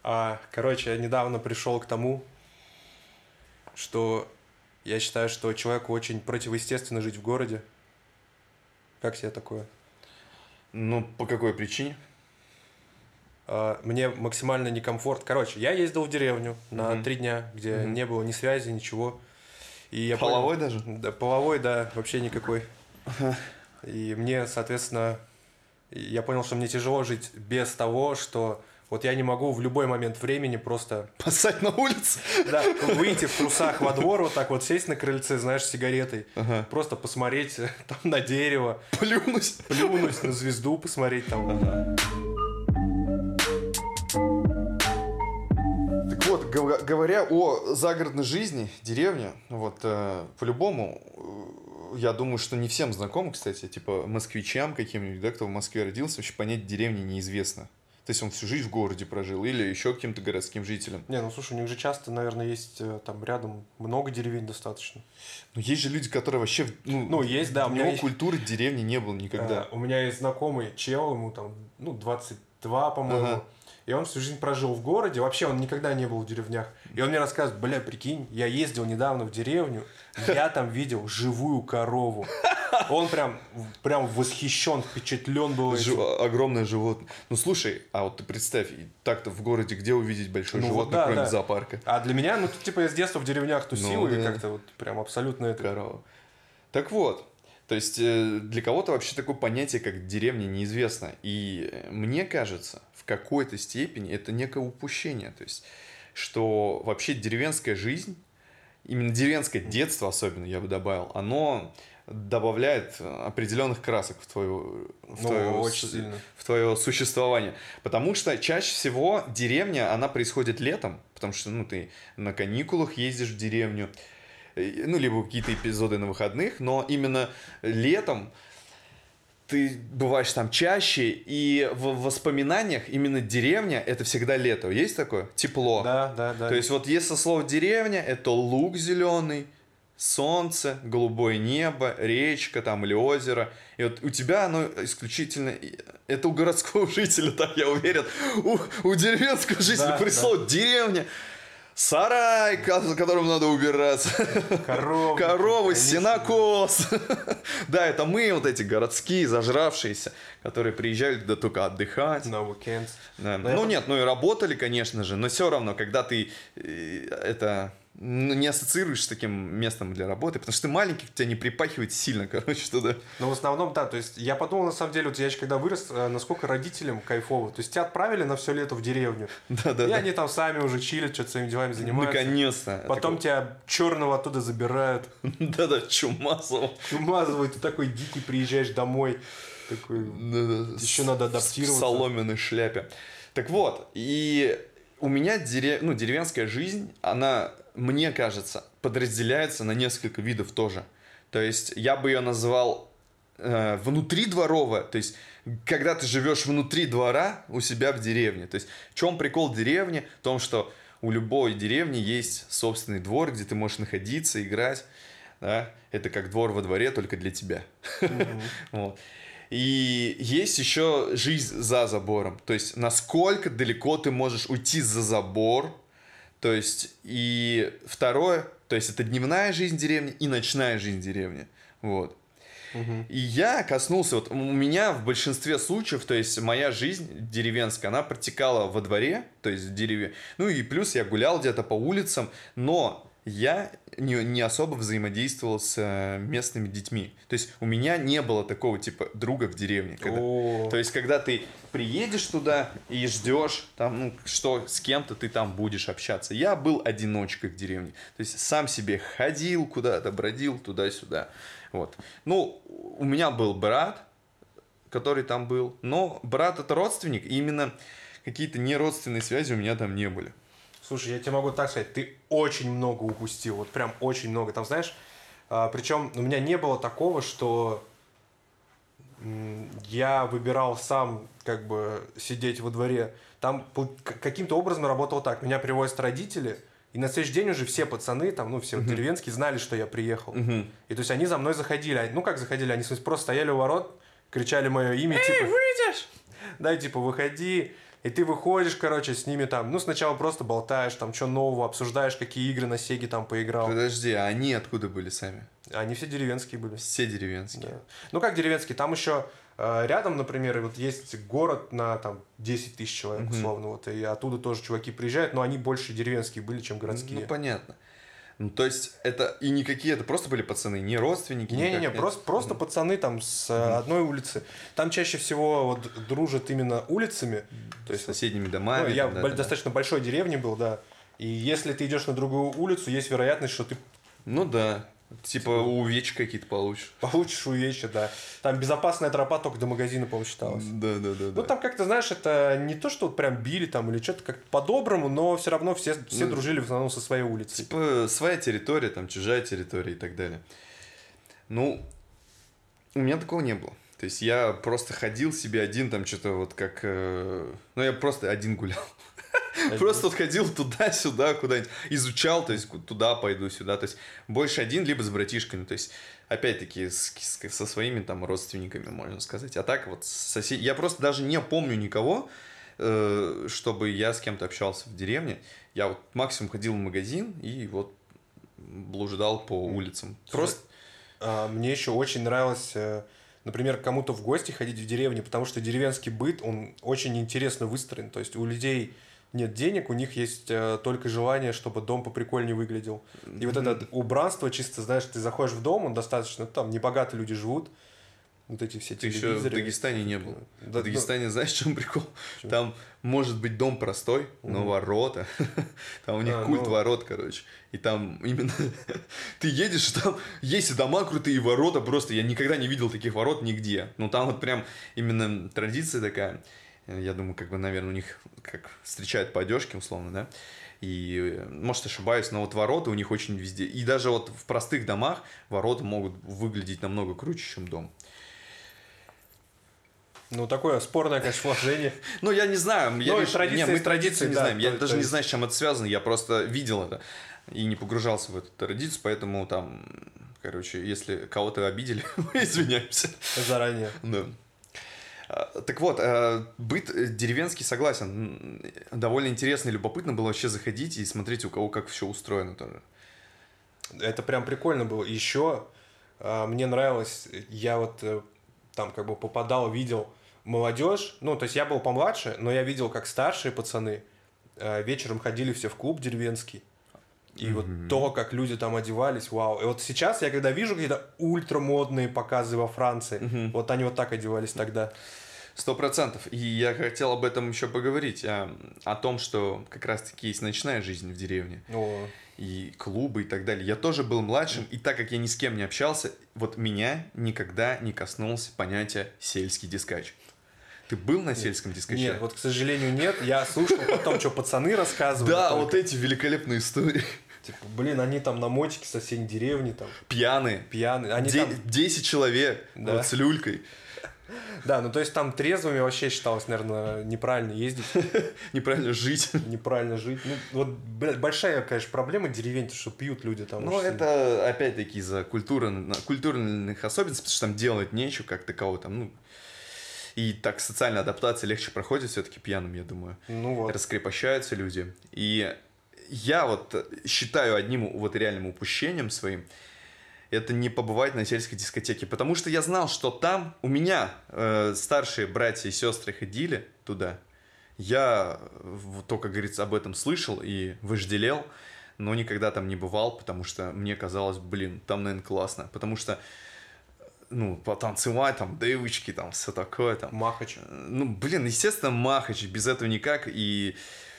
Короче, я недавно пришел к тому, что я считаю, что человеку очень противоестественно жить в городе. Как тебе такое? Ну, по какой причине? Мне максимально некомфортно. Короче, я ездил в деревню на 3 дня, где не было ни связи, ничего. И я Половой понял, даже? Да, половой, да, вообще никакой. И мне, соответственно, я понял, что мне тяжело жить без того, что вот я не могу в любой момент времени просто Поссать на улице? да, выйти в трусах во двор, вот так вот сесть на крыльце, знаешь, с сигаретой, просто посмотреть там на дерево, плюнуть на звезду, посмотреть там. Так вот, говоря о загородной жизни, деревне, вот, по-любому, я думаю, что не всем знакомы, кстати, типа москвичам каким-нибудь, да, кто в Москве родился, вообще понять деревни неизвестно. То есть он всю жизнь в городе прожил или еще каким-то городским жителем. Не, ну слушай, у них же часто, наверное, есть там рядом много деревень достаточно. Но есть же люди, которые вообще, есть, да, у него культуры деревни не было никогда. У меня есть знакомый чел, ему там, 22, по-моему. И он всю жизнь прожил в городе. Вообще он никогда не был в деревнях. И он мне рассказывает, бля, прикинь, я ездил недавно в деревню, я там видел живую корову. Он прям восхищен, впечатлен был этим. Огромное животное. Ну слушай, а вот ты представь, так-то в городе где увидеть большое животное, кроме зоопарка? А для меня, типа я с детства в деревнях тусил, и как-то вот прям абсолютно это... Корова. Так вот, то есть для кого-то вообще такое понятие, как деревня, неизвестно. И мне кажется, в какой-то степени это некое упущение. То есть, что вообще деревенская жизнь, именно деревенское детство особенно, я бы добавил, оно добавляет определенных красок в твое существование. Потому что чаще всего деревня, она происходит летом, потому что ты на каникулах ездишь в деревню, либо какие-то эпизоды на выходных, но именно летом ты бываешь там чаще, и в воспоминаниях именно деревня – это всегда лето. Есть такое? Тепло. Да. То есть вот если слово «деревня» – это луг зеленый, солнце, голубое небо, речка там или озеро. И вот у тебя оно исключительно... Это у городского жителя, так я уверен. У деревенского жителя прислал деревня. Сарай, которым надо убираться. Коровы, сенокос. Да, это мы, вот эти городские, зажравшиеся, которые приезжали туда только отдыхать. На уикенд. Да. И работали, конечно же, но все равно, когда ты не ассоциируешь с таким местом для работы, потому что ты маленький, тебя не припахивает сильно, туда. В основном, да, то есть я подумал, на самом деле, вот я еще когда вырос, насколько родителям кайфово. То есть тебя отправили на все лето в деревню. И они там сами уже чилят, что-то своими делами занимаются. Наконец-то. Потом тебя черного оттуда забирают. Да-да, чумазого. И ты такой дикий приезжаешь домой. Такой, еще надо адаптироваться. В соломенной шляпе. Так вот, и у меня деревенская жизнь, она, мне кажется, подразделяется на несколько видов тоже. То есть я бы ее назвал внутридворовая, то есть когда ты живешь внутри двора у себя в деревне. То есть в чем прикол деревни? В том, что у любой деревни есть собственный двор, где ты можешь находиться, играть. Да? Это как двор во дворе, только для тебя. Вот. И есть еще жизнь за забором. То есть, насколько далеко ты можешь уйти за забор. То есть, и второе, то есть, это дневная жизнь деревни и ночная жизнь деревни. Вот. И я коснулся, вот у меня в большинстве случаев, то есть, моя жизнь деревенская, она протекала во дворе, то есть, в деревне. И плюс я гулял где-то по улицам, но я не особо взаимодействовал с местными детьми. То есть у меня не было такого типа друга в деревне. То есть когда ты приедешь туда и ждешь, там, что с кем-то ты там будешь общаться. Я был одиночкой в деревне. То есть сам себе ходил куда-то, бродил туда-сюда. Вот. У меня был брат, который там был. Но брат это родственник, и именно какие-то неродственные связи у меня там не были. Слушай, я тебе могу так сказать, ты очень много упустил, вот прям очень много. Там, знаешь, причем у меня не было такого, что я выбирал сам, как бы, сидеть во дворе. Там каким-то образом работало так. Меня привозят родители, и на следующий день уже все пацаны, там, все деревенские, знали, что я приехал. И то есть они за мной заходили. Как заходили? Они, в смысле, просто стояли у ворот, кричали мое имя, выйдешь! Да, типа, выходи. И ты выходишь, короче, с ними там, ну, сначала просто болтаешь, там, что нового, обсуждаешь, какие игры на Сеге там поиграл. Подожди, а они откуда были сами? Они все деревенские были. Все деревенские. Да. Ну, как деревенские, там еще рядом, например, вот есть город на там 10 тысяч человек, условно, вот, и оттуда тоже чуваки приезжают, но они больше деревенские были, чем городские. Ну, понятно. Ну, то есть, это и никакие, это просто были пацаны, не родственники? Не-не-не, просто пацаны там с одной улицы. Там чаще всего вот дружат именно улицами. То есть, соседними домами. Ну, я в достаточно большой деревне был, да. И если ты идешь на другую улицу, есть вероятность, что ты... Ну да. Типа увечья какие-то получишь. Получишь увечья, да. Там безопасная тропа только до магазина, по-моему, считалась. Да. Ну, там как-то, знаешь, это не то, что вот прям били там или что-то как-то по-доброму, но все равно все дружили в основном со своей улицей. Типа своя территория, там чужая территория и так далее. Ну, у меня такого не было. То есть я просто ходил себе один, там что-то вот как... Ну, я просто один гулял. Просто вот ходил туда-сюда, куда-нибудь, изучал, то есть туда пойду, сюда, то есть больше один, либо с братишками, то есть опять-таки со своими там родственниками, можно сказать. А так вот я просто даже не помню никого, чтобы я с кем-то общался в деревне. Я вот максимум ходил в магазин и вот блуждал по улицам. Просто... Мне еще очень нравилось... Например, кому-то в гости ходить в деревню, потому что деревенский быт, он очень интересно выстроен. То есть у людей нет денег, у них есть только желание, чтобы дом поприкольнее выглядел. И вот это убранство, чисто, знаешь, ты заходишь в дом, он достаточно, там небогатые люди живут, вот эти все телевизоры. Ты еще в Дагестане не был. Да, в Дагестане, знаешь, в чем прикол? Там может быть дом простой, но ворота. Там у них культ ворот, короче. И там именно ты едешь, там есть и дома крутые, и ворота просто. Я никогда не видел таких ворот нигде. Ну там вот прям именно традиция такая. Я думаю, как бы, наверное, у них как встречают по одежке, условно, да. И, может, ошибаюсь, но вот ворота у них очень везде. И даже вот в простых домах ворота могут выглядеть намного круче, чем дом. Ну, такое спорное, конечно, вложение. Ну, я не знаю. Мы традиции не знаем. Я даже не знаю, с чем это связано. Я просто видел это и не погружался в эту традицию, поэтому там, короче, если кого-то обидели, мы извиняемся. Заранее. Да. Так вот, быт деревенский, согласен. Довольно интересно и любопытно было вообще заходить и смотреть, у кого как все устроено тоже. Это прям прикольно было. Еще мне нравилось, я вот там как бы попадал, видел молодежь, ну, то есть я был помладше, но я видел, как старшие пацаны вечером ходили все в клуб деревенский. И вот то, как люди там одевались, вау. И вот сейчас я когда вижу какие-то ультрамодные показы во Франции, вот они вот так одевались тогда. 100%. И я хотел об этом еще поговорить. О том, что как раз-таки есть ночная жизнь в деревне. И клубы и так далее. Я тоже был младшим, и так как я ни с кем не общался, вот меня никогда не коснулось понятия сельский дискач. Ты был на сельском дискаче? Нет, вот, к сожалению, нет. Я слушал потом, что пацаны рассказывали. Да, вот эти великолепные истории. Типа, блин, они там на мотике в соседней деревне там. Пьяные. Они там... 10 человек, да. Вот с люлькой. Да, ну то есть там трезвыми вообще считалось, наверное, неправильно ездить. Неправильно жить. Неправильно жить. Ну, вот, блядь, большая, конечно, проблема деревень, что пьют люди там. Ну, это опять-таки из-за культурных особенностей, потому что там делать нечего, как такового там, ну... И так социальная адаптация легче проходит все-таки пьяным, я думаю. Ну вот. Раскрепощаются люди. И я вот считаю одним вот реальным упущением своим это не побывать на сельской дискотеке. Потому что я знал, что там у меня старшие братья и сестры ходили туда. Я только, говорится, об этом слышал и вожделел, но никогда там не бывал, потому что мне казалось, блин, там, наверное, классно. Потому что ну, потанцевать, там, девочки, там, все такое, там. Махач. Ну, блин, естественно, Махач, без этого никак, и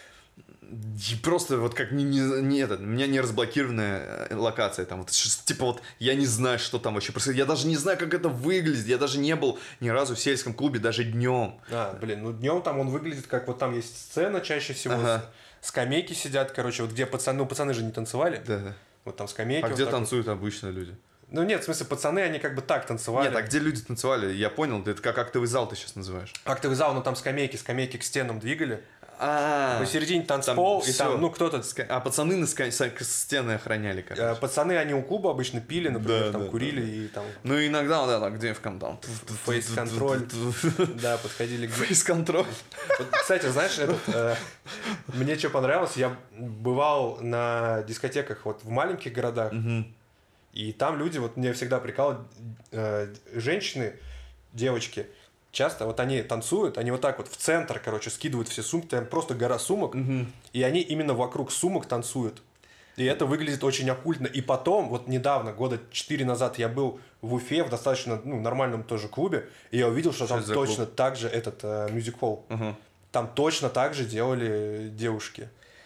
просто вот как у меня не разблокированная локация, там, вот, типа вот, я не знаю, что там вообще происходит, я даже не знаю, как это выглядит, я даже не был ни разу в сельском клубе, даже днем. Блин, ну, днем там он выглядит, как вот там есть сцена чаще всего, скамейки сидят, короче, вот где пацаны, ну, пацаны же не танцевали. Да. Вот там скамейки. А где танцуют обычно люди? Ну нет, в смысле, пацаны, они как бы так танцевали. Нет, а где люди танцевали? Я понял, это как актовый зал ты сейчас называешь. Актовый зал, ну там скамейки к стенам двигали. Посередине танцпол, и там, ну, кто-то... А пацаны на стены охраняли, короче. Пацаны, они у клуба обычно пили, например, там курили и там... Ну, иногда, да, так, девкам там... Фейс-контроль. Да, подходили к... Фейс-контроль. Кстати, знаешь, мне что понравилось, я бывал на дискотеках вот в маленьких городах, и там люди, вот мне всегда прикалывают, женщины, девочки, часто вот они танцуют, они вот так вот в центр, короче, скидывают все сумки, там просто гора сумок, и они именно вокруг сумок танцуют. И это выглядит очень оккультно. И потом, вот недавно, года 4 назад, я был в Уфе, в достаточно нормальном тоже клубе, и я увидел, что там точно так же этот мюзик-холл. Там точно так же делали девушки.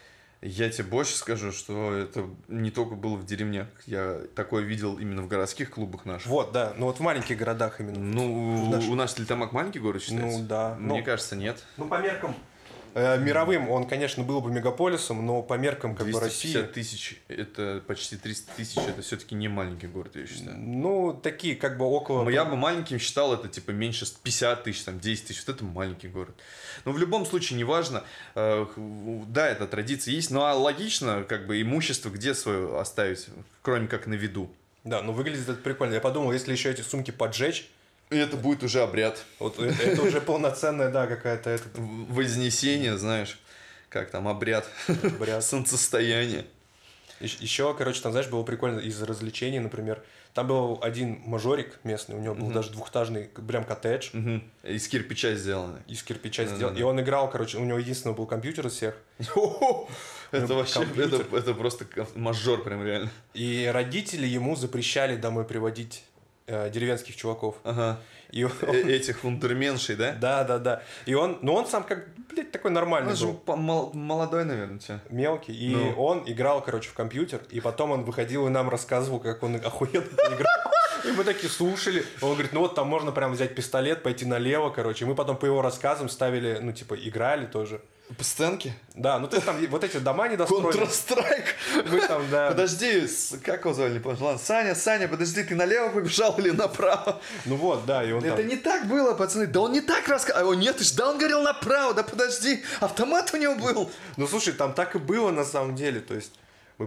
Я тебе больше скажу, что это не только было в деревнях. Я такое видел именно в городских клубах наших. Вот, да. Ну вот в маленьких городах именно. Ну, у нас Стерлитамак маленький город считается? Ну, да. Мне кажется, нет. Ну, по меркам мировым он, конечно, был бы мегаполисом, но по меркам как бы России... 250 тысяч, это почти 300 тысяч, это все-таки не маленький город, я считаю. Ну, такие как бы около... Я бы маленьким считал это типа меньше 50 тысяч, там 10 тысяч, вот это маленький город. Но в любом случае, неважно, да, эта традиция есть, но логично, как бы имущество где свое оставить, кроме как на виду. Да, ну выглядит это прикольно. Я подумал, если еще эти сумки поджечь... И это будет уже обряд. Вот это уже полноценная, да, какая-то... Вознесение, знаешь, как там, обряд. Солнцестояние. Еще, короче, там, знаешь, было прикольно из развлечений, например, там был один мажорик местный, у него был даже двухэтажный прям коттедж. Из кирпича сделанный. Из кирпича сделанный. И он играл, короче, у него единственный был компьютер из всех. Это вообще, это просто мажор прям реально. И родители ему запрещали домой приводить деревенских чуваков. Ага. Этих фундерменшей, да? Да. И он, ну он сам как, блядь, такой нормальный. Он же молодой, наверное, тебя. Мелкий. И он играл, короче, в компьютер, и потом он выходил и нам рассказывал, как он охуенно играл. И мы такие слушали. Он говорит, ну вот там можно прям взять пистолет, пойти налево, короче. И мы потом по его рассказам ставили, ну типа играли тоже. По сценке? Да, ну то есть там вот эти дома недостроенные. Counter-Strike! Мы там, да. Подожди, как его звали? Ладно, Саня, подожди, ты налево побежал или направо? Ну вот, да, и он Это там... не так было, пацаны, да он не так рассказывал. Нет, да он говорил направо, да подожди, автомат у него был. Ну слушай, там так и было на самом деле, то есть...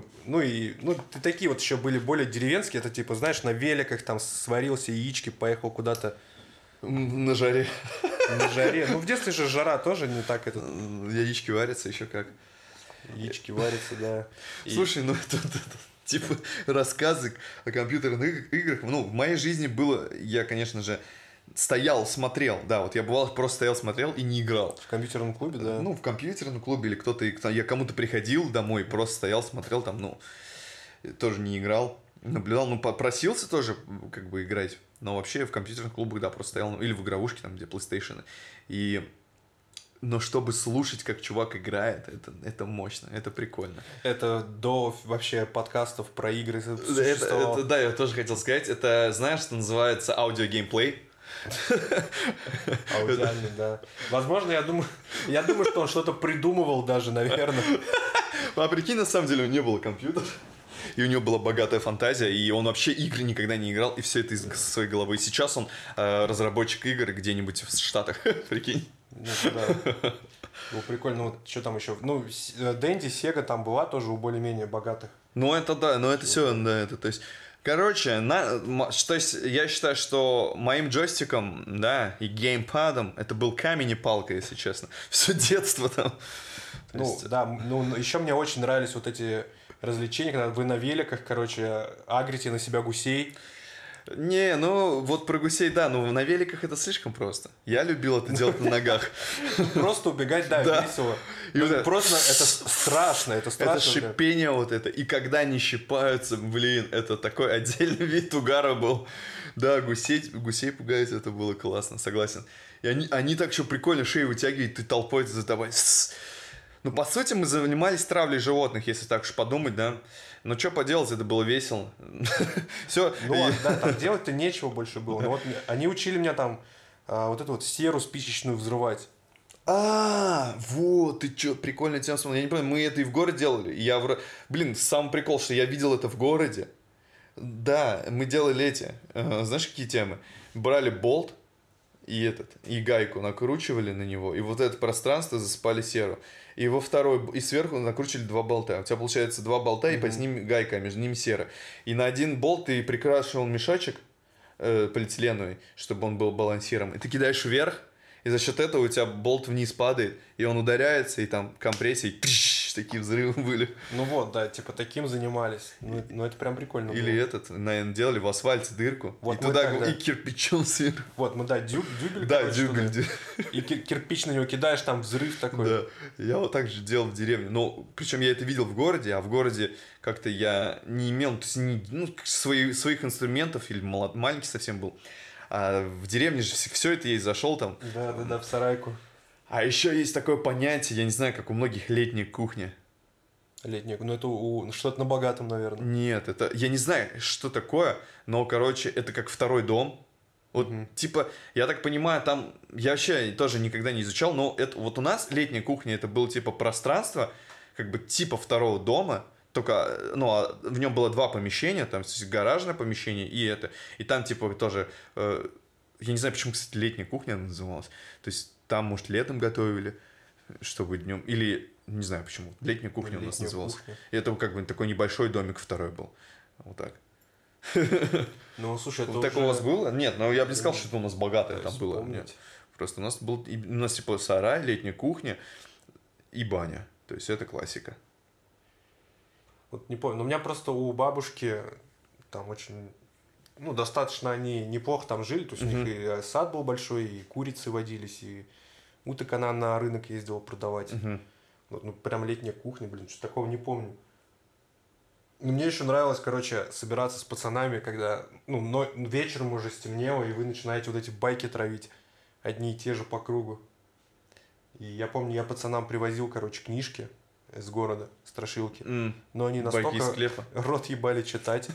такие вот еще были более деревенские, это типа, знаешь, на великах там сварился яички, поехал куда-то. На жаре. На жаре. Ну, в детстве же жара тоже не так это. Яички варятся еще как. Яички варятся, да. Слушай, ну это типа рассказы о компьютерных играх. Ну, в моей жизни было, я, конечно же, стоял, смотрел. Да, вот я бывал, просто стоял, смотрел и не играл. В компьютерном клубе, да? Ну, в компьютерном клубе или я кому-то приходил домой, просто стоял, смотрел там, ну, тоже не играл. Наблюдал, ну, попросился тоже, как бы, играть. Но вообще в компьютерных клубах, да, просто стоял, или в игровушке, там, где PlayStation. Но чтобы слушать, как чувак играет, это мощно, это прикольно. Это до вообще подкастов про игры это, да, я тоже хотел сказать. Это, знаешь, что называется аудио-геймплей? Аудиальный, да. Возможно, я думаю, что он что-то придумывал даже, наверное. А прикинь, на самом деле у него не было компьютера. И у него была богатая фантазия, и он вообще игры никогда не играл, и все это из своей головы. И сейчас он разработчик игр где-нибудь в Штатах, прикинь. Ну, да. Было прикольно. Вот что там еще? Ну, Дэнди, Сега там была тоже у более-менее богатых. Ну, это да, но это все, да, это, то есть... Короче, то есть я считаю, что моим джойстиком, да, и геймпадом это был камень и палка, если честно. Все детство там. Да, ну, еще мне очень нравились вот эти развлечения, когда вы на великах, короче, агрите на себя гусей. Не, ну вот про гусей, да, но на великах это слишком просто. Я любил это делать на ногах. Просто убегать, да, весело. Просто это страшно, это страшно. Это шипение вот это. И когда они щипаются, блин, это такой отдельный вид угара был. Да, гусей пугать, это было классно, согласен. И они так еще прикольно шею вытягивают, ты толпой за тобой. Ну, по сути, мы занимались травлей животных, если так уж подумать, да. Но что поделать, это было весело. Все. Ну, да, там делать-то нечего больше было. Но вот они учили меня там вот эту вот серу спичечную взрывать. Вот, ты что, прикольная тема вспомнил. Я не понимаю, мы это и в городе делали. Блин, сам прикол, что я видел это в городе. Да, мы делали эти, знаешь, какие темы? Брали болт и гайку накручивали на него, и вот это пространство засыпали серу. И во второй, и сверху накручивали 2 болта. У тебя получается 2 болта, и под ними гайка, а между ними сера. И на один болт ты прикрашивал мешочек полиэтиленовый, чтобы он был балансиром. И ты кидаешь вверх, и за счет этого у тебя болт вниз падает, и он ударяется, и там компрессия, и такие взрывы были. Ну вот, да, типа таким занимались. Ну это прям прикольно Или было. этот, наверное, делали в асфальте дырку, Вот и туда тогда... и кирпичом сверху. Вот, мы, да, дюбель. Да, короче, дюбель. туда. И кирпич на него кидаешь, там взрыв такой. Да, я вот так же делал в деревне. Ну, причем я это видел в городе, а в городе как-то я не имел, то есть своих инструментов, или маленький совсем был. А в деревне же все это есть, зашел там. Да, в сарайку. А еще есть такое понятие, я не знаю, как у многих, летняя кухня. Летняя, ну это что-то на богатом, наверное. Нет, это, я не знаю, что такое, но, короче, это как второй дом. Вот, типа, я так понимаю, там, я вообще тоже никогда не изучал, но это, вот у нас летняя кухня, это было, типа, пространство, как бы, типа второго дома, только, ну, в нем было 2 помещения, там, гаражное помещение и это, и там, типа, тоже, я не знаю, почему, кстати, летняя кухня называлась, то есть, там, может, летом готовили, чтобы днем, или, не знаю почему, летняя кухня у нас называлась. И это как бы такой небольшой домик второй был, вот так. Ну, слушай, это вот так у вас было? Нет, но я бы не сказал, что это у нас богатое там было. Нет. Просто у нас был, у нас типа сарай, летняя кухня и баня. То есть это классика. Вот не помню. Но у меня просто у бабушки там очень, ну, достаточно они неплохо там жили. То есть у них и сад был большой, и курицы водились, и уток она на рынок ездила продавать. Вот, ну, прям летняя кухня, блин, что такого не помню. Но мне еще нравилось, короче, собираться с пацанами, когда, ну, вечером уже стемнело, и вы начинаете вот эти байки травить, одни и те же по кругу. И я помню, я пацанам привозил, короче, книжки из города, страшилки. Но они настолько рот ебали читать,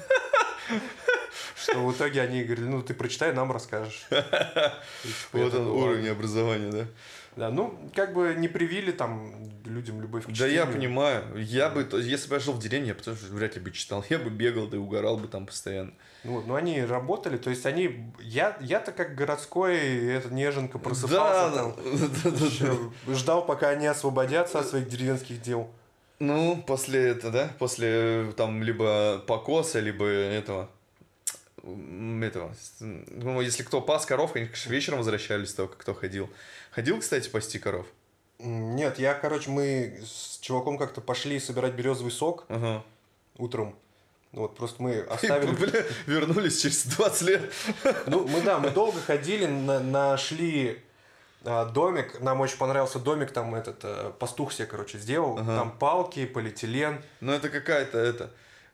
что в итоге они говорили, ну, ты прочитай, нам расскажешь. Вот он уровень образования, да? Да, ну, как бы не привили там людям любовь к чтению. Да, я понимаю. Я бы, если бы я жил в деревне, я потому что вряд ли бы читал. Я бы бегал, да и угорал бы там постоянно. Ну, но они работали, то есть они... Я-то как городской, неженка просыпался там. Ждал, пока они освободятся от своих деревенских дел. Ну, после этого, да? После там либо покоса, либо этого. Ну, если кто пас коров, они, конечно, вечером возвращались, только кто ходил. Ходил, кстати, пасти коров? Нет, мы с чуваком как-то пошли собирать березовый сок утром. Вот просто мы оставили... Бля, вернулись через 20 лет. Ну, мы долго ходили, нашли домик. Нам очень понравился домик, там пастух себе, короче, сделал. Там палки, полиэтилен. Ну, это какая-то,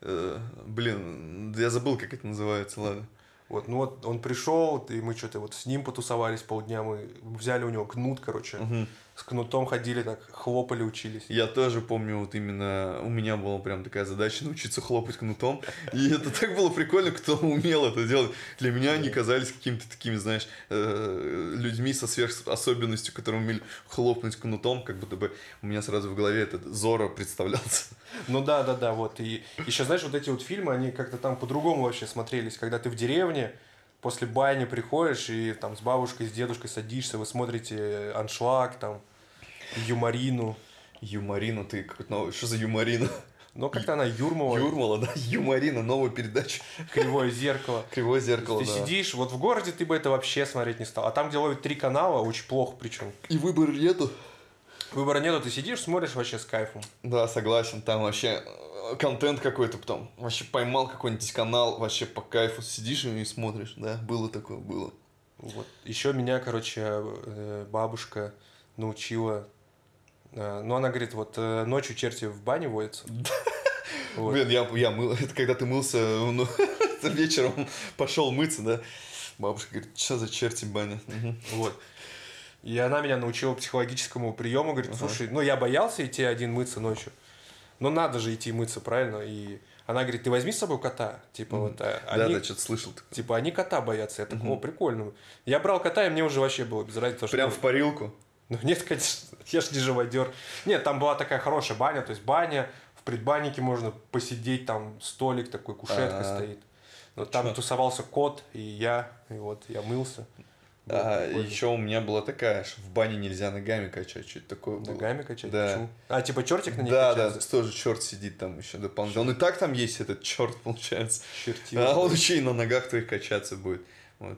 блин, я забыл, как это называется, ладно. Вот, ну вот он пришел, и мы что-то вот с ним потусовались полдня, мы взяли у него кнут, короче, с кнутом ходили так, хлопали, учились. Я тоже помню, вот именно у меня была прям такая задача научиться хлопать кнутом, и это так было прикольно, кто умел это делать. Для меня они казались какими-то такими, знаешь, людьми со сверхособенностью, которые умели хлопнуть кнутом, как будто бы у меня сразу в голове этот Зорро представлялся. Ну да, вот, и еще, знаешь, вот эти вот фильмы, они как-то там по-другому вообще смотрелись, когда ты в деревне, после бани приходишь и там с бабушкой, с дедушкой садишься, вы смотрите «Аншлаг», там, «Юморину». Юморину, ты какой-то новый, что за Юморина? Ну, как-то она Юрмала. Юрмала, да, Юморина, новая передача. «Кривое зеркало». «Кривое зеркало», ты да. Ты сидишь, вот в городе ты бы это вообще смотреть не стал, а там, где ловят 3 канала, очень плохо причем. И выбора нету. Выбора нету, ты сидишь, смотришь вообще с кайфом. Да, согласен, там вообще контент какой-то потом. Вообще поймал какой-нибудь канал, вообще по кайфу сидишь и смотришь, да, было такое, было. Вот. Еще меня, короче, бабушка научила, ну, она говорит, вот ночью черти в бане водятся. Вот. Блин, я мыл, это когда ты мылся, ну, вечером пошел мыться, да, бабушка говорит, что за черти в бане? Вот. И она меня научила психологическому приему, говорит, слушай, ну, я боялся идти один мыться ночью, но надо же идти мыться, правильно? И она говорит, ты возьми с собой кота. Типа, вот, они, да, что-то слышал. Типа, они кота боятся. Я такой, о, прикольно. Я брал кота, и мне уже вообще было без разницы. Прям в парилку? Ну, нет, конечно, я ж не живодер. Нет, там была такая хорошая баня, то есть баня, в предбаннике можно посидеть, там столик такой, кушетка стоит. Но там тусовался кот, и я мылся. еще у меня была такая, что в бане нельзя ногами качать, что-то такое было. Ногами качать? Да. Почему? А, типа чертик на них Да, качается? да, тоже черт сидит там еще дополнительно. Он и так там есть, этот черт, получается. Чертила. А он еще и на ногах твоих качаться будет. Вот.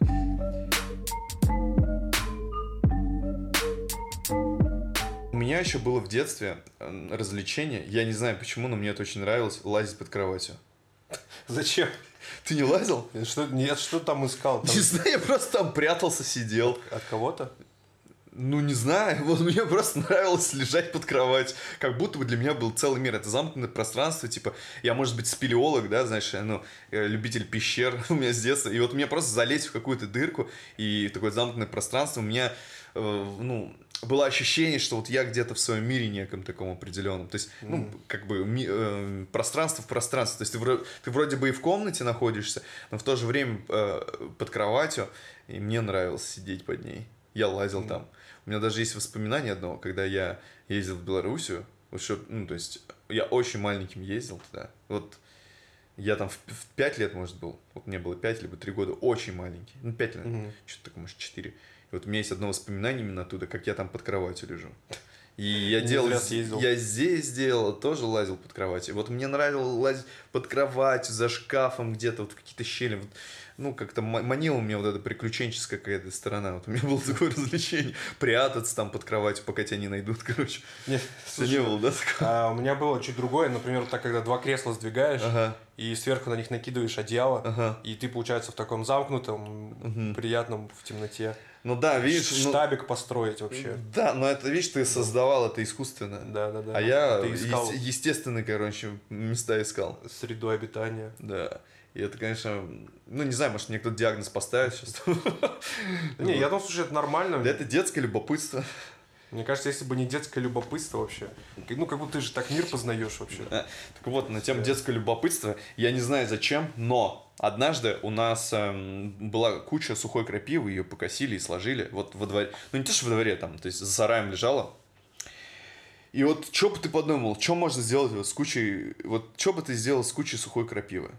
У меня еще было в детстве развлечение, я не знаю почему, но мне это очень нравилось, лазить под кроватью. Зачем? Ты не лазил? Что там искал? Там... Не знаю, я просто там прятался, сидел. От кого-то? Ну, не знаю, вот мне просто нравилось лежать под кровать, как будто бы для меня был целый мир, это замкнутое пространство, типа, я, может быть, спелеолог, да, знаешь, ну, любитель пещер у меня с детства, и вот мне просто залезть в какую-то дырку, и такое замкнутое пространство, у меня, ну, было ощущение, что вот я где-то в своем мире неком таком определенном, то есть, ну, как бы, пространство в пространстве, то есть ты вроде бы и в комнате находишься, но в то же время под кроватью, и мне нравилось сидеть под ней, я лазил там. У меня даже есть воспоминание одно, когда я ездил в Белоруссию, вот, ну, то есть, я очень маленьким ездил туда, вот, я там в 5 лет, может, был, вот мне было 5 либо 3 года, очень маленький, ну, 5 лет, что-то такое, может, 4. И вот у меня есть одно воспоминание именно оттуда, как я там под кроватью лежу. И я здесь делал, тоже лазил под кроватью. Вот мне нравилось лазить под кроватью, за шкафом где-то, вот в какие-то щели. Вот, ну, как-то манила мне вот эта приключенческая какая-то сторона. Вот у меня было такое развлечение. Прятаться там под кроватью, пока тебя не найдут, короче. Нет, слушай, не было, да, такого? У меня было чуть другое. Например, так, когда 2 кресла сдвигаешь, и сверху на них накидываешь одеяло, и ты, получается, в таком замкнутом, приятном в темноте. Ну да, видишь... Штабик построить вообще. Да, но это, видишь, ты создавал это искусственно. Да. А я естественные, короче, места искал. Среду обитания. Да. И это, конечно, ну, не знаю, может, мне кто-то диагноз поставит сейчас. Не, я думаю, слушай, это нормально. Да это детское любопытство. Мне кажется, если бы не детское любопытство вообще, ну, как будто ты же так мир познаешь вообще. Так вот, на тему детского любопытства, я не знаю зачем, но однажды у нас была куча сухой крапивы, ее покосили и сложили, вот во дворе, ну, не то, что во дворе, там, то есть за сараем лежала. И вот, что бы ты подумал, что можно сделать вот с кучей, вот, что бы ты сделал с кучей сухой крапивы?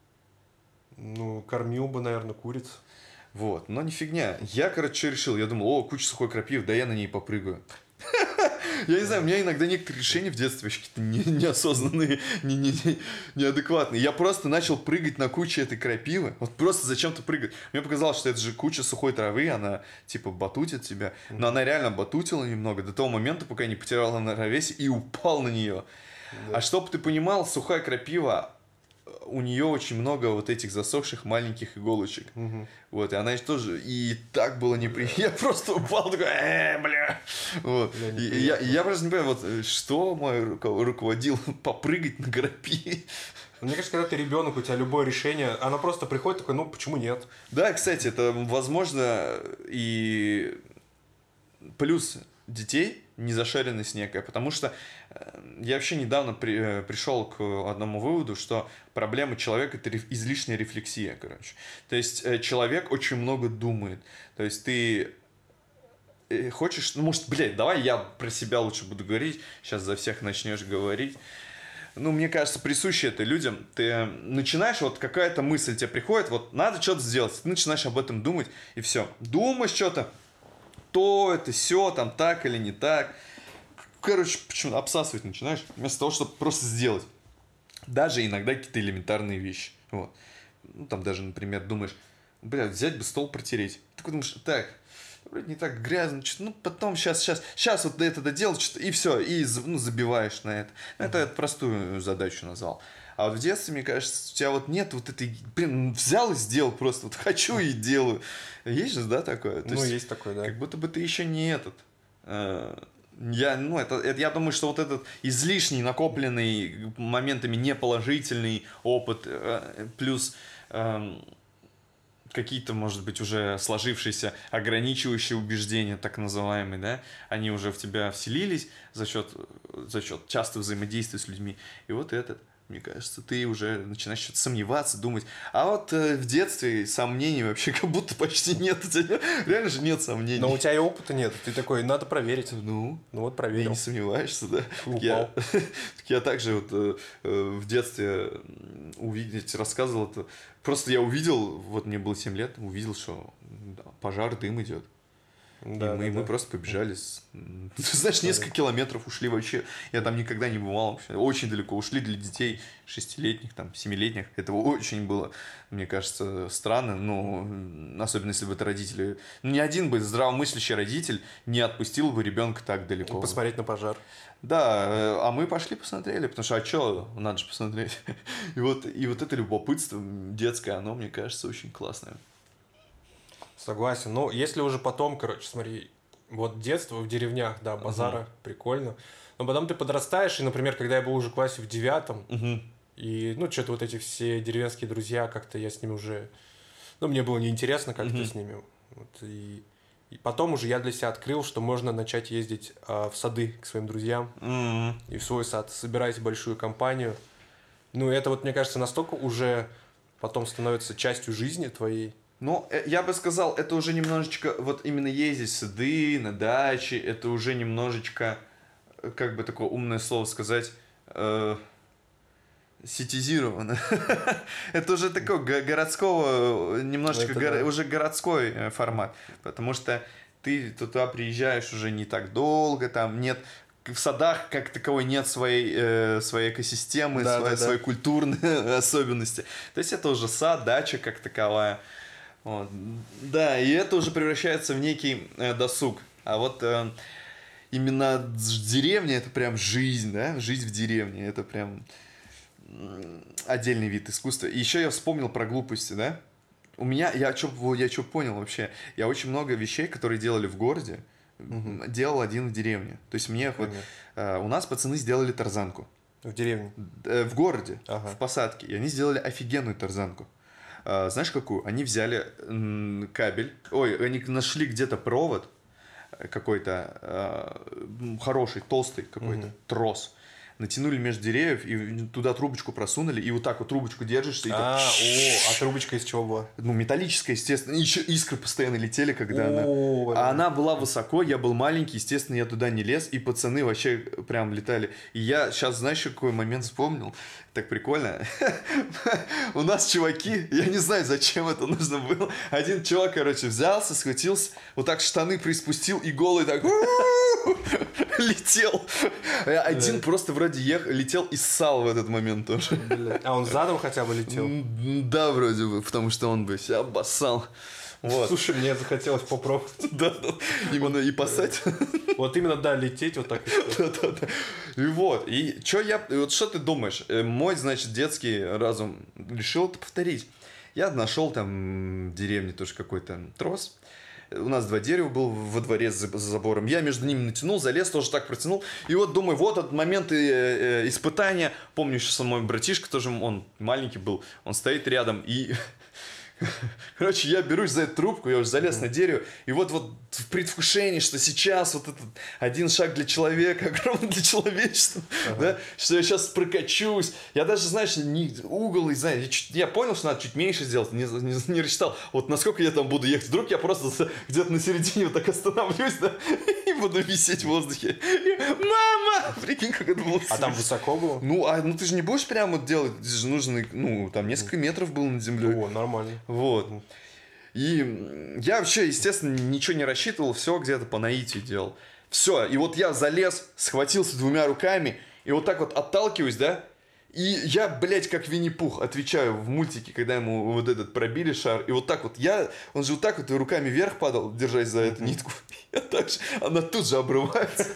Ну, кормил бы, наверное, куриц. Вот, но не фигня. Я, короче, что решил? Я думал, куча сухой крапивы, да я на ней попрыгаю. Я не знаю, у меня иногда некоторые решения в детстве какие-то неосознанные, неадекватные. Я просто начал прыгать на кучу этой крапивы. Вот просто зачем-то прыгать. Мне показалось, что это же куча сухой травы, она типа батутит тебя. Но она реально батутила немного до того момента, пока я не потеряла на равесе и упал на нее. А чтобы ты понимал, сухая крапива, у нее очень много вот этих засохших маленьких иголочек. Вот, и она тоже... И так было неприятно. Я просто упал, такой, бля. Вот. Я просто не понимаю, вот, что мой руководил попрыгать на крапиве. Мне кажется, когда ты ребенок, у тебя любое решение, оно просто приходит такое, ну, почему нет? Да, кстати, это возможно и плюс детей незашоренность некая, потому что я вообще недавно пришел к одному выводу, что проблема человека – это излишняя рефлексия, короче. То есть человек очень много думает. То есть ты хочешь, ну, может, блядь, давай я про себя лучше буду говорить, сейчас за всех начнешь говорить. Ну, мне кажется, присуще это людям. Ты начинаешь, вот какая-то мысль тебе приходит, вот надо что-то сделать, ты начинаешь об этом думать, и все. Думаешь что-то, то это, все, там так или не так. Короче, почему обсасывать начинаешь, вместо того, чтобы просто сделать. Даже иногда какие-то элементарные вещи. Вот. Ну, там даже, например, думаешь, блядь, взять бы стол протереть. Ты такой думаешь, так, вроде не так грязно, что-то, ну, потом, сейчас вот это доделать, что-то, и все, и забиваешь на это. Это я простую задачу назвал. А вот в детстве, мне кажется, у тебя вот нет вот этой, блин, взял и сделал просто, вот хочу и делаю. Есть же, да, такое? То есть такое, да. Как будто бы ты еще не этот. Я думаю, что вот этот излишний, накопленный моментами неположительный опыт, плюс какие-то, может быть, уже сложившиеся ограничивающие убеждения, так называемые, да, они уже в тебя вселились за счет частого взаимодействия с людьми. И вот этот мне кажется, ты уже начинаешь что-то сомневаться, думать. А вот в детстве сомнений вообще как будто почти нет. У тебя реально же нет сомнений. Но у тебя и опыта нет. Ты такой, надо проверить. Ну вот и проверил. не сомневаешься, да? Упал. Я также вот в детстве увидеть, рассказывал это. Просто я увидел, вот мне было 7 лет, увидел, что пожар, дым идет. Да, мы просто побежали. Ты знаешь, несколько километров ушли вообще. Я там никогда не бывал вообще. Очень далеко ушли для детей 6-летних, там, 7-летних. Это очень было, мне кажется, странно. Ну, особенно если бы это родители. Ну, ни один бы здравомыслящий родитель не отпустил бы ребенка так далеко. Посмотреть на пожар. Да, а мы пошли посмотрели, потому что, а что, надо же посмотреть. И вот это любопытство детское, оно, мне кажется, очень классное. Согласен. Ну, если уже потом, короче, смотри, вот детство в деревнях, да, базара, прикольно. Но потом ты подрастаешь, и, например, когда я был уже в классе в 9, и, ну, что-то вот эти все деревенские друзья, как-то я с ними уже... Ну, мне было неинтересно как-то с ними. Вот, и потом уже я для себя открыл, что можно начать ездить в сады к своим друзьям. И в свой сад, собирать большую компанию. Ну, это вот, мне кажется, настолько уже потом становится частью жизни твоей. Ну, я бы сказал, это уже немножечко, вот именно ездить в сады, на даче, это уже немножечко, как бы такое умное слово сказать, ситизировано. Это уже такой городского, немножечко уже городской формат, потому что ты туда приезжаешь уже не так долго, там нет... В садах как таковой нет своей экосистемы, своей культурной особенности. То есть это уже сад, дача как таковая. Вот. Да, и это уже превращается в некий досуг. А вот именно деревня — это прям жизнь, да? Жизнь в деревне — это прям отдельный вид искусства. И еще я вспомнил про глупости, да? У меня, я что понял вообще? Я очень много вещей, которые делали в городе, делал один в деревне. То есть мне вот... у нас пацаны сделали тарзанку. В деревне? В городе, в посадке. И они сделали офигенную тарзанку. Знаешь, какую? Они взяли кабель. Они нашли где-то провод какой-то хороший, толстый какой-то трос. Натянули между деревьев и туда трубочку просунули, и вот так вот трубочку держишься. А трубочка из чего была? Ну, металлическая, естественно. Еще искры постоянно летели, когда она... А она была высоко, я был маленький, естественно, я туда не лез, и пацаны вообще прям летали. И я сейчас, знаешь, какой момент вспомнил? Так прикольно. У нас чуваки, я не знаю, зачем это нужно было. Один чувак, короче, взялся, схватился, вот так штаны приспустил, и голый так... летел. Один просто вроде летел и ссал в этот момент тоже. А он задом хотя бы летел? Да, вроде бы, потому что он бы себя обоссал. Вот. Слушай, мне захотелось попробовать. Да, именно и поссать. Вот именно, да, лететь вот так. Да. И вот, вот что ты думаешь? Мой, значит, детский разум решил это повторить. Я нашел там в деревне тоже какой-то трос. У нас 2 дерева было во дворе за забором. Я между ними натянул, залез, тоже так протянул. И вот думаю, вот этот момент испытания. Помню, что мой братишка тоже, он маленький был, он стоит рядом и... Короче, я берусь за эту трубку, я уже залез на дерево, и вот в предвкушении, что сейчас вот этот один шаг для человека, огромный для человечества, да, что я сейчас прокачусь. Я даже, знаешь, угол, я понял, что надо чуть меньше сделать, не рассчитал, вот насколько я там буду ехать. Вдруг я просто где-то на середине вот так остановлюсь, да, и буду висеть в воздухе. Мама! Прикинь, как это было. А там высоко было? Ну ты же не будешь прямо делать, здесь же нужно, там несколько метров было над землей. О, нормально. Вот. И я вообще, естественно, ничего не рассчитывал, все где-то по наитию делал. Все, и вот я залез, схватился 2 руками, и вот так вот отталкиваюсь, да, и я, блядь, как Винни-Пух, отвечаю в мультике, когда ему вот этот пробили шар, и вот так вот он же вот так вот руками вверх падал, держась за эту нитку, она тут же обрывается.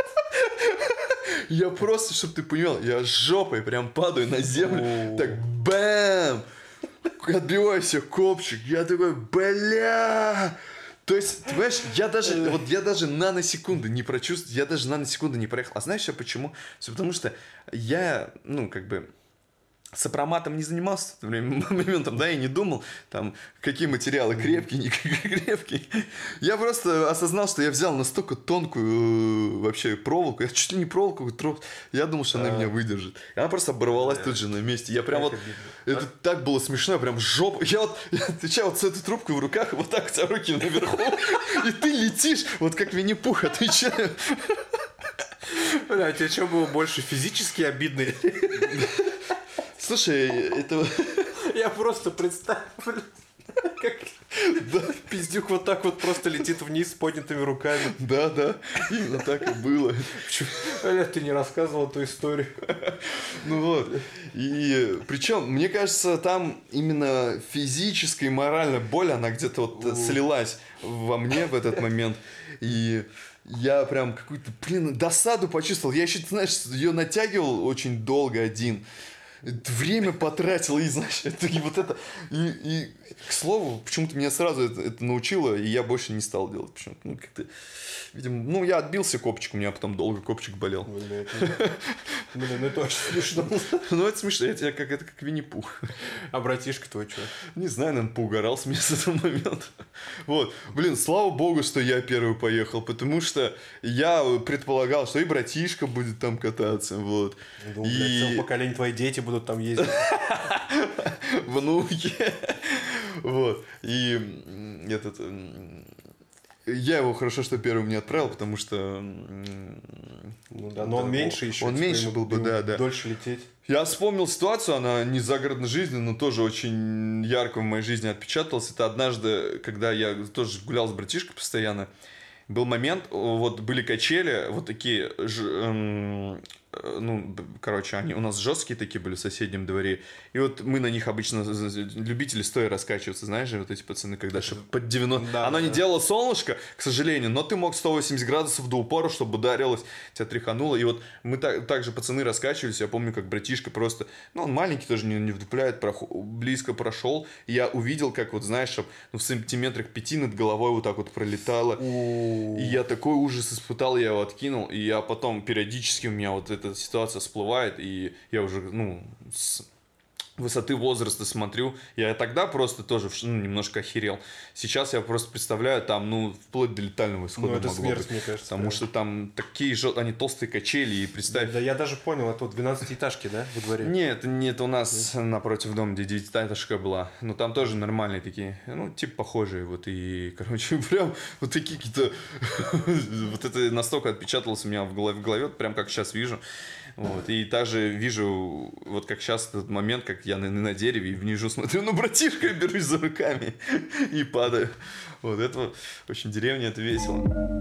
Я просто, чтобы ты понял, я жопой прям падаю на землю, так бэм! Отбиваю себе копчик, я такой, бля! То есть, ты понимаешь, я даже наносекунды не прочувствовал, я даже наносекунды не проехал. А знаешь, почему? Все потому что я, сопроматом не занимался в это время, моментом, да, и не думал, там, какие материалы крепкие, не крепкие. Я просто осознал, что я взял настолько тонкую вообще проволоку, я чуть ли не проволоку, я думал, что она меня выдержит. И она просто оборвалась тут же на месте. Я прям вот, это так было смешно, я прям жопу, я отвечаю вот с этой трубкой в руках, вот так у тебя руки наверху, и ты летишь, вот как Винни-Пух, отвечаю. Бля, а тебе что было больше, физически обидно? Слушай, это... Я просто представил, как пиздюк вот так вот просто летит вниз с поднятыми руками. Да, именно так и было. Бля, ты не рассказывал эту историю. Ну вот. И причем, мне кажется, там именно физическая и моральная боль, она где-то вот слилась во мне в этот момент. И я прям какую-то, досаду почувствовал. Я еще, знаешь, ее натягивал очень долго один. Время потратил, и, знаешь, и вот это... И, к слову, почему-то меня сразу это научило, и я больше не стал делать. Почему-то, ну, как-то... Видимо, я отбился копчик, у меня потом долго копчик болел. Блин, это очень смешно. Ну, это смешно, это как Винни-Пух. А братишка твой что? Не знаю, наверное, поугорал с меня с этого момента. Вот. Блин, слава богу, что я первый поехал, потому что я предполагал, что и братишка будет там кататься, вот. Думаю, блядь, целое поколение твои дети будут там ездить. Внуки. Вот. И этот... Я его хорошо, что первым не отправил, потому что... Ну да, но он меньше еще. Он меньше был бы, да. Дольше лететь. Я вспомнил ситуацию, она не загородной жизни, но тоже очень ярко в моей жизни отпечаталась. Это однажды, когда я тоже гулял с братишкой постоянно, был момент, вот были качели, вот такие... они у нас жесткие такие были в соседнем дворе. И вот мы на них обычно любители стоя раскачиваться, знаешь же, вот эти пацаны, когда под 90... Да, Оно не делало солнышко, к сожалению, но ты мог 180 градусов до упора, чтобы ударилось, тебя тряхануло. И вот мы также пацаны раскачивались. Я помню, как братишка просто... он маленький тоже не вдупляет, близко прошел. И я увидел, как вот, знаешь, в сантиметрах 5 над головой вот так вот пролетало. И я такой ужас испытал, я его откинул. И я потом периодически у меня вот эта ситуация всплывает, и я уже, с высоты возраста смотрю. Я тогда просто тоже немножко охерел. Сейчас я просто представляю, там, вплоть до летального исхода это могло смерть, быть. мне кажется. Потому что там такие они толстые качели, и представь... Да, я даже понял, это вот 12-этажки, да, во дворе? Нет, у нас напротив дома, где 9-этажка была. Но там тоже нормальные такие, типа похожие. Вот, и, короче, прям вот такие какие-то... Вот это настолько отпечаталось у меня в голове, прям как сейчас вижу. Вот. И также вижу, вот как сейчас этот момент, как я на дереве и внизу смотрю, братишка, я берусь за руками и падаю. Вот это очень деревня, это весело.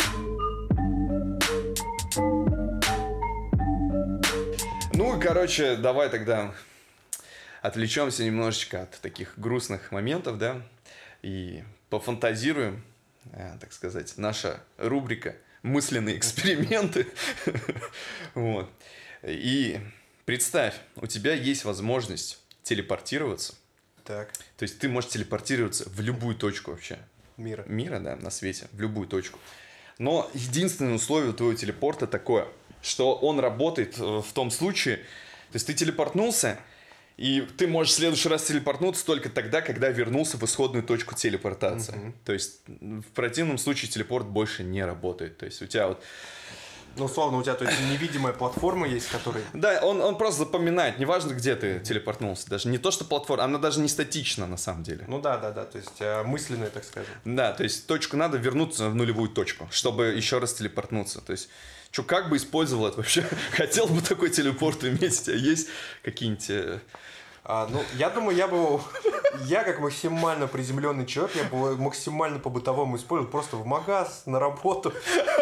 Короче, давай тогда отвлечемся немножечко от таких грустных моментов, да, и пофантазируем, так сказать, наша рубрика «Мысленные эксперименты». Вот. И представь, у тебя есть возможность телепортироваться. Так. То есть ты можешь телепортироваться в любую точку вообще. Мира, да, на свете, в любую точку. Но единственное условие твоего телепорта такое, что он работает в том случае, то есть ты телепортнулся, и ты можешь в следующий раз телепортнуться только тогда, когда вернулся в исходную точку телепортации. То есть в противном случае телепорт больше не работает. То есть у тебя вот... условно, у тебя то есть невидимая платформа есть, которая... Да, он просто запоминает, неважно, где ты телепортнулся. Даже не то, что платформа, она даже не статична на самом деле. Да, то есть мысленная, так скажем. Да, то есть точку надо вернуться в нулевую точку, чтобы еще раз телепортнуться. То есть, как бы использовал это вообще? Хотел бы такой телепорт иметь, у тебя есть какие-нибудь... Я думаю, я как максимально приземленный человек, я бы максимально по-бытовому использовал просто в магаз, на работу.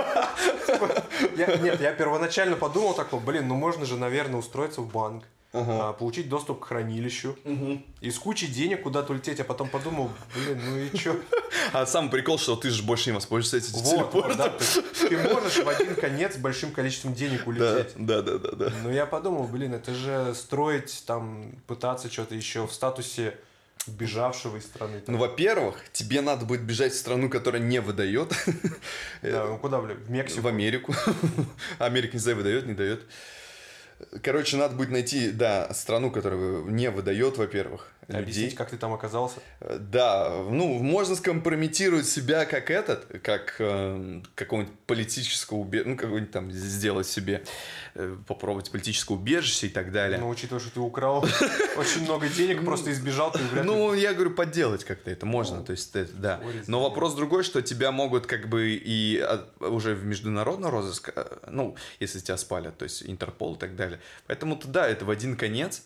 Я первоначально подумал такой, можно же, наверное, устроиться в банк, получить доступ к хранилищу, и с кучей денег куда-то улететь, а потом подумал, и чё? А самый прикол, что ты же больше не воспользуешься этим телепортом. Да, ты можешь в один конец с большим количеством денег улететь. Да. Но я подумал, это же строить, пытаться что-то еще в статусе бежавшего из страны. Во-первых, тебе надо будет бежать в страну, которая не выдает. Да, куда, в Мексику? В Америку. Америка, не знаю, выдает, не дает. Короче, надо будет найти, да, страну, которая не выдает, во-первых, людей. Объяснить, как ты там оказался. Да, ну, можно скомпрометировать себя как какого-нибудь политического убежища, ну, какой-нибудь там сделать себе, попробовать политическое убежище и так далее. Ну, учитывая, что ты украл очень много денег, просто избежал, ты вряд ли... Ну, я говорю, подделать как-то это можно, то есть, да. Но вопрос другой, что тебя могут как бы и уже в международный розыск, ну, если тебя спалят, то есть Интерпол и так далее. Поэтому-то, да, это в один конец.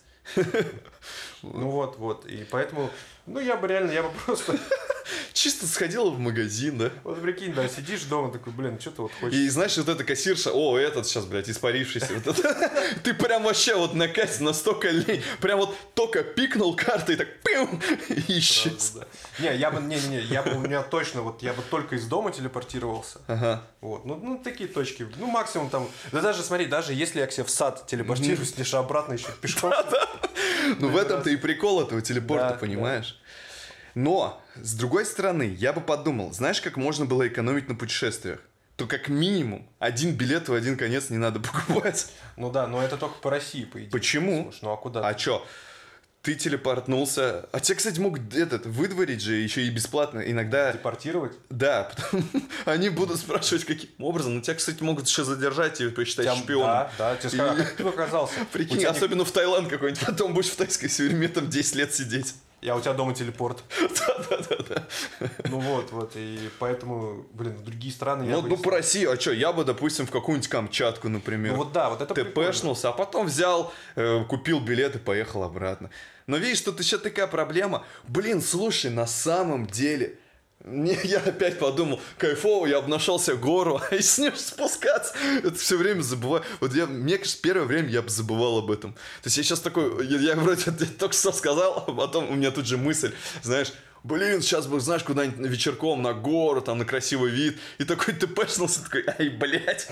Ну вот, и поэтому, ну я бы просто... Чисто сходила в магазин, да? Вот прикинь, да, сидишь дома такой, блин, что ты вот хочешь. И знаешь, вот эта кассирша, о, этот сейчас, блядь, испарившийся. Ты прям вообще вот на кассе настолько лень, прям вот только пикнул картой и так пиу, и исчез. Не, у меня точно, вот я бы только из дома телепортировался. Ага. Вот, ну такие точки, ну максимум там, да даже смотри, даже если я к себе в сад телепортируюсь, лишь обратно еще пешком. Ну в этом-то и прикол этого телепорта, понимаешь? Но, с другой стороны, я бы подумал, знаешь, как можно было экономить на путешествиях? То как минимум один билет в один конец не надо покупать. Ну да, но это только по России, по идее. Почему? Слушай, ну а куда? А чё? Ты телепортнулся. А тебя, кстати, могут выдворить же еще и бесплатно иногда. Депортировать? Да, потому они будут спрашивать, каким образом. Но тебя, кстати, могут еще задержать и посчитать шпионом. Да, тебе скажут, а как ты тут оказался? Прикинь, особенно в Таиланд какой-нибудь, потом будешь в тайской тюрьме там 10 лет сидеть. У тебя дома телепорт. Да. Ну вот, и поэтому, блин, в другие страны я бы... Ну, по России, а что, я бы, допустим, в какую-нибудь Камчатку, например. Ну вот да, вот это ТПшнулся, а потом взял, купил билет и поехал обратно. Но видишь, тут еще такая проблема. Блин, слушай, на самом деле... Я опять подумал, кайфово, я обнашел себе гору, а если с ним спускаться, это все время забываю. Вот мне кажется, первое время я бы забывал об этом. То есть я сейчас такой, я вроде только что сказал, а потом у меня тут же мысль, знаешь, блин, сейчас бы, знаешь, куда-нибудь вечерком на гору, там, на красивый вид, и такой ТПшнулся, такой, ай, блядь.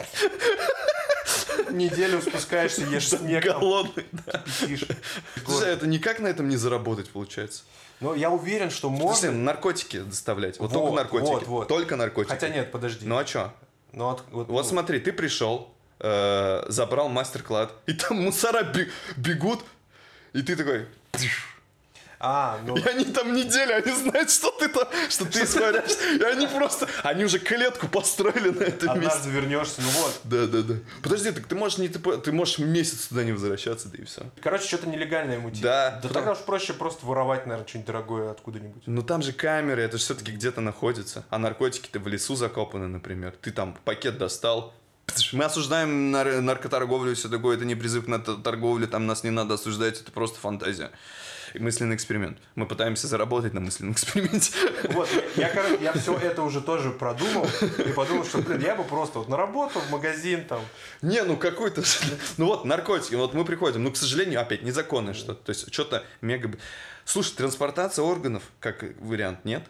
Неделю спускаешься, ешь снег. Голодный, да. Слушай, это никак на этом не заработать, получается. Ну, я уверен, что можно... Слушай, наркотики доставлять. Вот только наркотики. Вот. Только наркотики. Хотя нет, подожди. Ну а что? Вот смотри, ты пришел, забрал мастер-клад, и там мусора бегут, и ты такой... Ну... И они там неделю, они знают, что ты испаряешь. И они просто... Они уже клетку построили на этом месте. Однажды вернешься, ну вот. Да. Подожди, так ты можешь месяц туда не возвращаться, да и все. Короче, что-то нелегальное мутить. Да. Тогда уж проще просто воровать, наверное, что-нибудь дорогое откуда-нибудь. Ну там же камеры, это же все-таки где-то находится. А наркотики-то в лесу закопаны, например. Ты там пакет достал. Мы осуждаем наркоторговлю и все такое. Это не призыв к торговле, там нас не надо осуждать, это просто фантазия. Мысленный эксперимент. Мы пытаемся заработать на мысленном эксперименте. Вот, я все это уже тоже продумал и подумал, что, блин, я бы просто вот на работу, в магазин там. Не, ну какой-то... Ну вот, наркотики, вот мы приходим, ну, к сожалению, опять незаконное что-то. То есть, что-то мега... Слушай, трансплантация органов, как вариант, нет?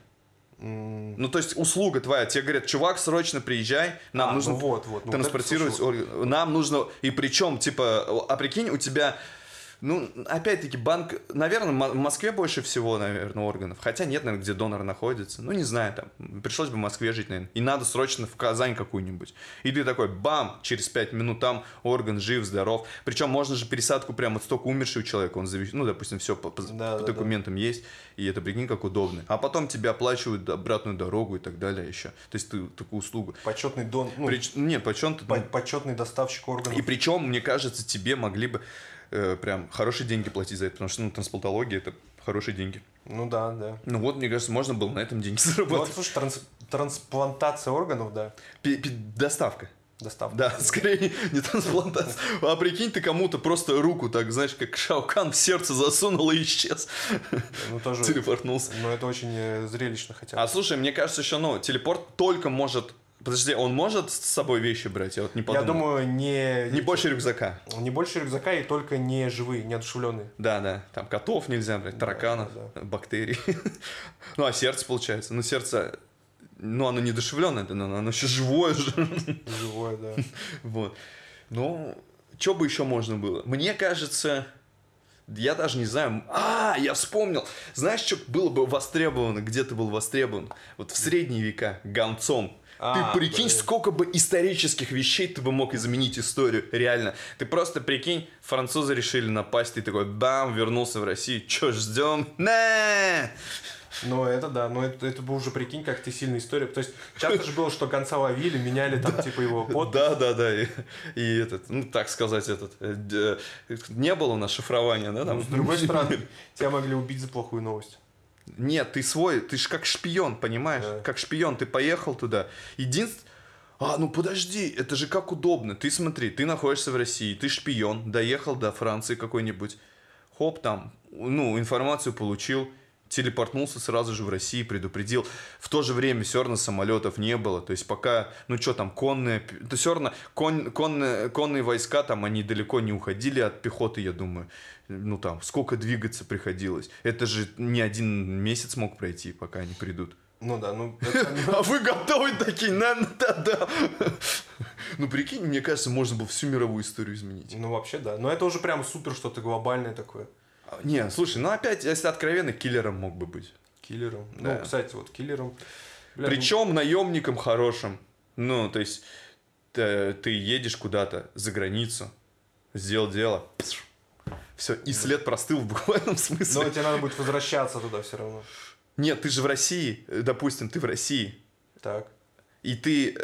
Ну, то есть, услуга твоя. Тебе говорят, чувак, срочно приезжай, нам нужно транспортировать органы. Нам нужно... И причем, типа, а прикинь, у тебя... Ну, опять-таки, банк... Наверное, в Москве больше всего, наверное, органов. Хотя нет, наверное, где донор находится. Ну, не знаю, там. Пришлось бы в Москве жить, наверное. И надо срочно в Казань какую-нибудь. И ты такой, бам, через 5 минут там орган жив, здоров. Причем можно же пересадку прямо от столько умершего человека. Он ну, допустим, все по документам есть. И это, прикинь, как удобно. А потом тебе оплачивают обратную дорогу и так далее еще. То есть ты такую услугу. Почетный дон... Почетный доставщик органов. И причем, мне кажется, тебе могли бы... прям хорошие деньги платить за это, потому что трансплантология это хорошие деньги. Ну да. Ну вот, мне кажется, можно было на этом деньги заработать. Ну, слушай, трансплантация органов, да. Доставка. Доставка. Да, скорее не трансплантация. А прикинь, ты кому-то просто руку, так, знаешь, как Шао-Кан в сердце засунул и исчез. Ну, тоже... Телепортнулся. Но это очень зрелищно хотя бы. А слушай, мне кажется, еще, телепорт только может... Подожди, он может с собой вещи брать? Я вот не подумал. Я думаю, не больше рюкзака. Не больше рюкзака и только не живые, не одушевленные. Да. Там котов нельзя брать, тараканов, бактерий. Ну, а сердце, получается. Ну, сердце... Ну, оно не душевленное, но оно еще живое же. Живое, да. Вот. Ну, что бы еще можно было? Мне кажется... Я даже не знаю. Я вспомнил. Знаешь, что было бы востребовано? Где ты был востребован? Вот в средние века гонцом. Ты прикинь, сколько бы исторических вещей ты бы мог изменить историю, реально. Ты просто прикинь, французы решили напасть, ты такой, бам, вернулся в Россию, чё ждем? Ну, это да, но это бы уже, прикинь, как ты сильная история. То есть, часто же было, что гонца ловили, меняли там, типа, его подпись. Да. И этот, ну, так сказать, не было у нас шифрования, да? Там? Ну, с другой стороны, тебя могли убить за плохую новость. Нет, ты свой, ты ж как шпион, понимаешь? Да. Как шпион, ты поехал туда. Ну подожди, это же как удобно. Ты смотри, ты находишься в России, ты шпион, доехал до Франции какой-нибудь. Хоп, там, информацию получил, телепортнулся сразу же в Россию, предупредил. В то же время все равно самолетов не было. То есть пока, конные... То все равно конные войска там, они далеко не уходили от пехоты, я думаю. Сколько двигаться приходилось. Это же не 1 месяц мог пройти, пока они придут. Ну да, А вы готовы такие? Да. Прикинь, мне кажется, можно было всю мировую историю изменить. Ну, вообще, да. Но это уже прям супер что-то глобальное такое. Не, слушай, опять, если откровенно, киллером мог бы быть. Киллером. Да. Ну, кстати, вот киллером. Причем наемником хорошим. То есть, ты едешь куда-то за границу, сделал дело, все, и след простыл в буквальном смысле. Но тебе надо будет возвращаться туда все равно. Нет, ты же в России, допустим, ты в России. Так. И ты...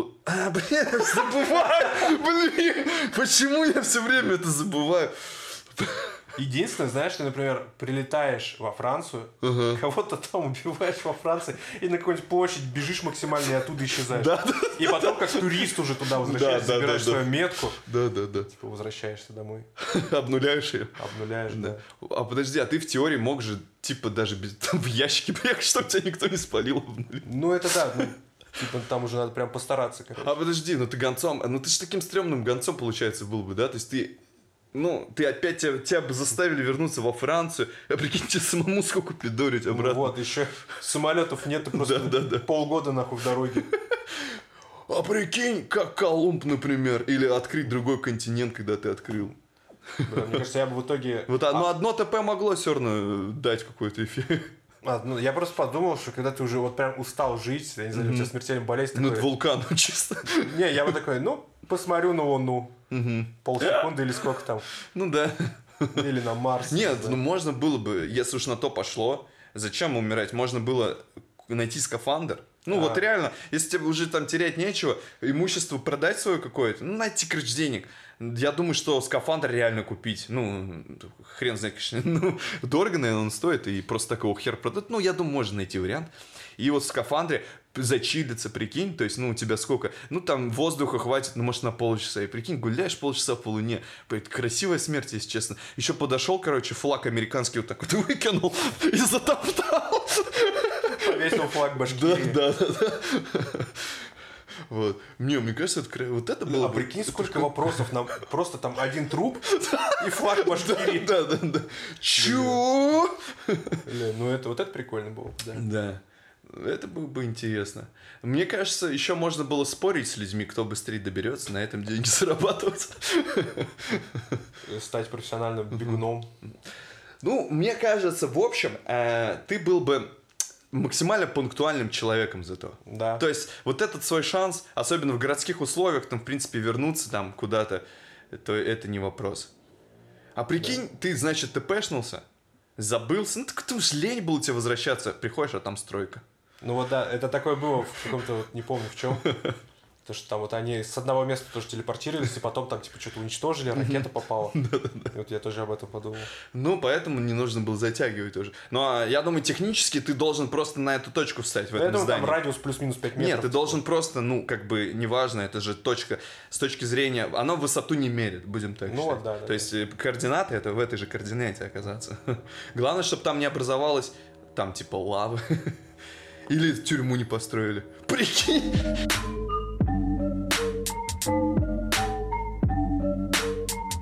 забываю! Блин, почему я все время это забываю? Единственное, знаешь, ты, например, прилетаешь во Францию, кого-то там убиваешь во Франции, и на какую-нибудь площадь бежишь максимально и оттуда исчезаешь. И потом, как турист уже туда возвращаешься, забираешь свою метку. Да. Типа возвращаешься домой. Обнуляешь ее. Обнуляешь, да. А подожди, а ты в теории мог же, даже в ящике приехать, чтобы тебя никто не спалил. Ну, это да, типа там уже надо прям постараться. Короче. А подожди, ты гонцом, ты же таким стрёмным гонцом, получается, был бы, да? То есть ты опять тебя бы заставили вернуться во Францию, а прикинь, тебе самому сколько пидорить обратно. Вот, еще самолетов нет, просто полгода нахуй в дороге. А прикинь, как Колумб, например, или открыть другой континент, когда ты открыл. Мне кажется, я бы в итоге... одно ТП могло все равно дать какой-то эффект. Я просто подумал, что когда ты уже вот прям устал жить, я не знаю, у тебя смертельная болезнь. Это вулкан, чисто. Не, я вот такой, посмотрю на Луну. Полсекунды или сколько там. Ну да. Или на Марс. Нет, можно было бы, если уж на то пошло, зачем умирать? Можно было найти скафандр. Вот реально, если тебе уже там терять нечего, имущество продать свое какое-то, найти, короче, денег. Я думаю, что скафандр реально купить. Хрен знает, конечно. Дорого, наверное, он стоит, и просто такого хер продать. Я думаю, можно найти вариант. И вот в скафандре зачилиться, прикинь, то есть, у тебя сколько? Там воздуха хватит, может, на полчаса. И прикинь, гуляешь полчаса по луне. Красивая смерть, если честно. Еще подошел, короче, флаг американский вот так вот выкинул и затоптал. Повесил флаг Башкирии. Да. Вот. Мне кажется, это было... А прикинь, сколько вопросов нам... Просто там один труп и флаг Башкирии. Да. Чё? Это прикольно было. Да. Это было бы интересно. Мне кажется, еще можно было спорить с людьми, кто быстрее доберется, на этом деньги зарабатывать. Стать профессиональным бегуном. Мне кажется, в общем, ты был бы максимально пунктуальным человеком зато. Да. То есть, вот этот свой шанс, особенно в городских условиях, в принципе, вернуться там куда-то, то это не вопрос. А прикинь, ты, значит, ТПшнулся, забылся, так ты уж лень было тебе возвращаться, приходишь, а там стройка. Да, это такое было в каком-то, не помню в чем. Потому что там они с одного места тоже телепортировались, и потом там что-то уничтожили, ракета попала. И я тоже об этом подумал. Поэтому не нужно было затягивать тоже. Я думаю, технически ты должен просто на эту точку встать в этом здании. Я думаю, там радиус плюс-минус 5 метров. Нет, ты должен просто, неважно, это же точка, с точки зрения, она высоту не мерит, будем так считать. Да. То есть координаты, это в этой же координате оказаться. Главное, чтобы там не образовалось, там типа лавы. Или тюрьму не построили. Прикинь!